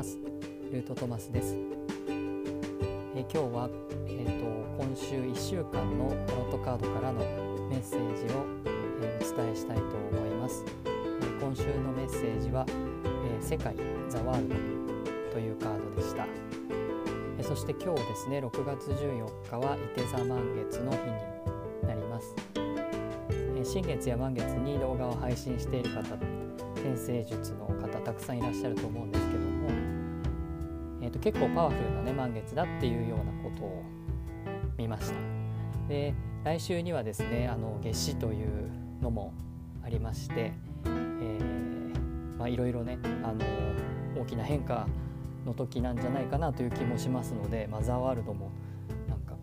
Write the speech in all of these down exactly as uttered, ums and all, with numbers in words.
ます。ルートトマスです。え今日は、えー、と今週いっしゅうかんのタロットカードからのメッセージを、えー、お伝えしたいと思います。えー、今週のメッセージは、えー、世界ザワールドというカードでした。えー、そして今日ですね、ろくがつじゅうよっかは伊手座満月の日になります。えー、新月や満月に動画を配信している方、天星術の方たくさんいらっしゃると思うんですけども、えー、と結構パワフルな、ね、満月だっていうようなことを見ました。で、来週にはですね、あの夏至というのもありまして、えーまあ、いろいろね、あの大きな変化の時なんじゃないかなという気もしますので、まあ、ザワールドもなんかこ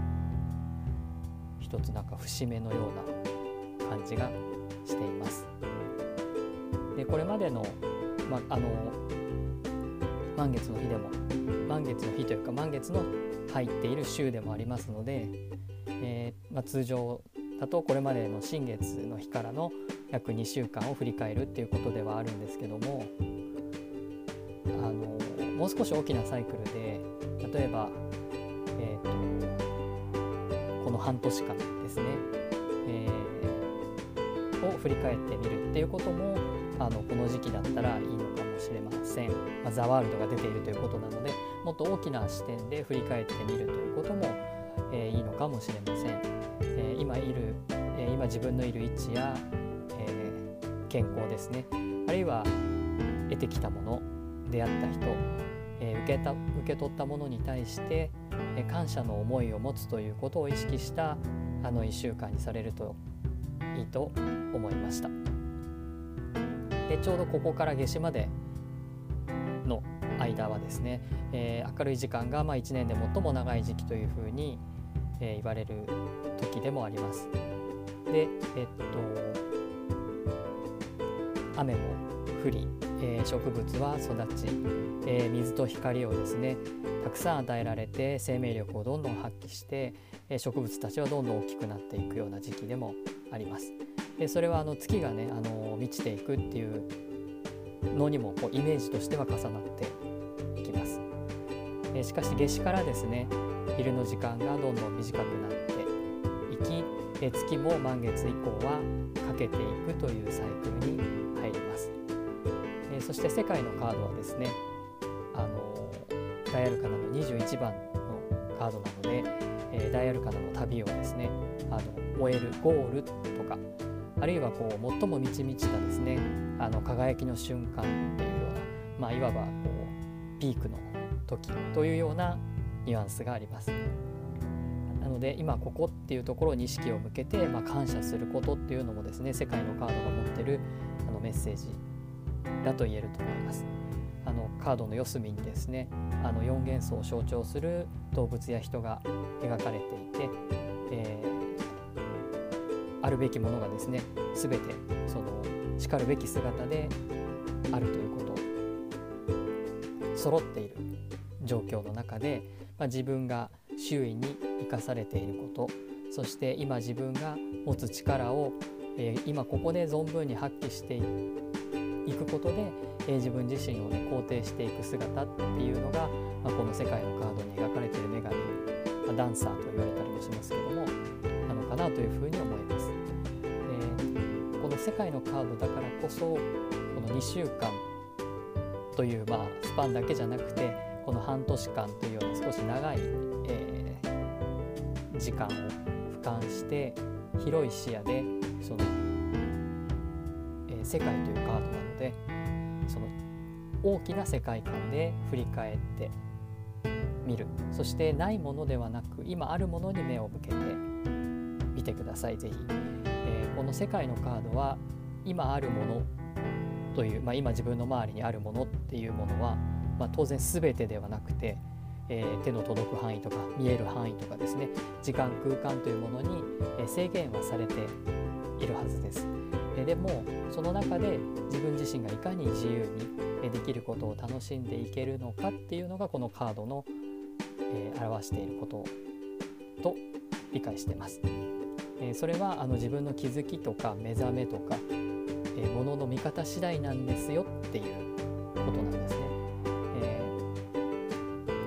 う一つなんか節目のような感じがしています。で、これまでの、まあ、あの満月の日でも満月の日というか満月の入っている週でもありますので、えーまあ、通常だとこれまでの新月の日からの約にしゅうかんを振り返るっていうことではあるんですけども、あのもう少し大きなサイクルで、例えば、えーと、この半年間ですね、えー、を振り返ってみるっていうこともあのこの時期だったらいいのかもしれません。まあ、ザワールドが出ているということなので、もっと大きな視点で振り返ってみるということも、えー、いいのかもしれません。えー、今いる、えー、今自分のいる位置や、えー、健康ですね、あるいは得てきたもの、出会った人、えー、受けた、受け取ったものに対して、えー、感謝の思いを持つということを意識したあのいっしゅうかんにされるといいと思いました。で、ちょうどここから夏至までの間はですね、えー、明るい時間がまあいちねんで最も長い時期というふうに、えー、言われる時でもあります。で、えっと雨も降り、えー、植物は育ち、えー、水と光をですねたくさん与えられて生命力をどんどん発揮して、えー、植物たちはどんどん大きくなっていくような時期でもあります。で、それはあの月がね、あの満ちていくっていうのにもこうイメージとしては重なっていきます。えー、しかし夏至からですね、昼の時間がどんどん短くなっていき、えー、月も満月以降は欠けていくというサイクルに入ります。えー、そして世界のカードはですね、あのー、ダイアルカナのにじゅういちばんのカードなので、えー、ダイアルカナの旅をですね、あの終えるゴールとか、あるいはこう最も満ち満ちたですね、あの輝きの瞬間っていうような、まあ、いわばこうピークの時というようなニュアンスがあります。なので今ここっていうところに意識を向けて、まあ、感謝することっていうのもですね、世界のカードが持ってるあのメッセージだと言えると思います。あのカードの四隅にですね、あのよん元素を象徴する動物や人が描かれていて、えーあるべきものがですね、すべてそのしかるべき姿であるということ揃っている状況の中で、まあ、自分が周囲に生かされていること、そして今自分が持つ力を、えー、今ここで存分に発揮していくことで、えー、自分自身を、ね、肯定していく姿っていうのが、まあ、この世界のカードに描かれている女神、まあ、ダンサーと言われたりもしますけども、なのかなというふうに思います。この世界のカードだからこそ、このにしゅうかんという、まあ、スパンだけじゃなくて、この半年間というような少し長い、えー、時間を俯瞰して広い視野でその、えー、世界というカードなので、その大きな世界観で振り返ってみる。そしてないものではなく今あるものに目を向けてみてください。ぜひ。この世界のカードは今あるものという、まあ、今自分の周りにあるものっていうものは、まあ、当然全てではなくて、えー、手の届く範囲とか見える範囲とかですね、時間空間というものに制限はされているはずです。えー、でもその中で自分自身がいかに自由にできることを楽しんでいけるのかっていうのがこのカードの、えー、表していることと理解しています。えー、それはあの自分の気づきとか目覚めとか、えー、ものの見方次第なんですよっていうことなんですね。え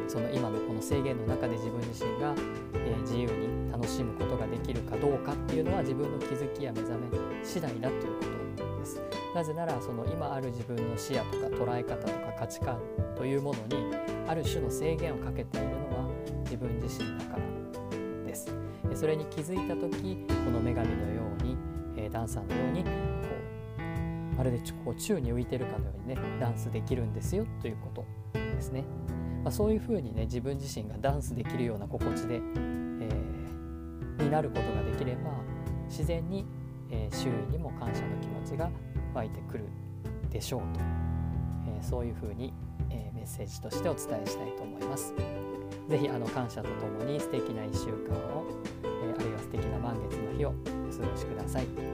その今のこの制限の中で自分自身が、えー、自由に楽しむことができるかどうかっていうのは自分の気づきや目覚め次第だということです。なぜならその今ある自分の視野とか捉え方とか価値観というものにある種の制限をかけているのは自分自身だからです。それに気づいた時、この女神のように、えー、ダンサーのようにこうまるでこう宙に浮いてるかのようにねダンスできるんですよということですね。まあ、そういうふうにね自分自身がダンスできるような心地で、えー、になることができれば自然に、えー、周囲にも感謝の気持ちが湧いてくるでしょうと、えー、そういうふうに、えー、メッセージとしてお伝えしたいと思います。ぜひあの感謝とともに素敵ないっしゅうかんを、えー、あるいは素敵な満月の日をお過ごしください。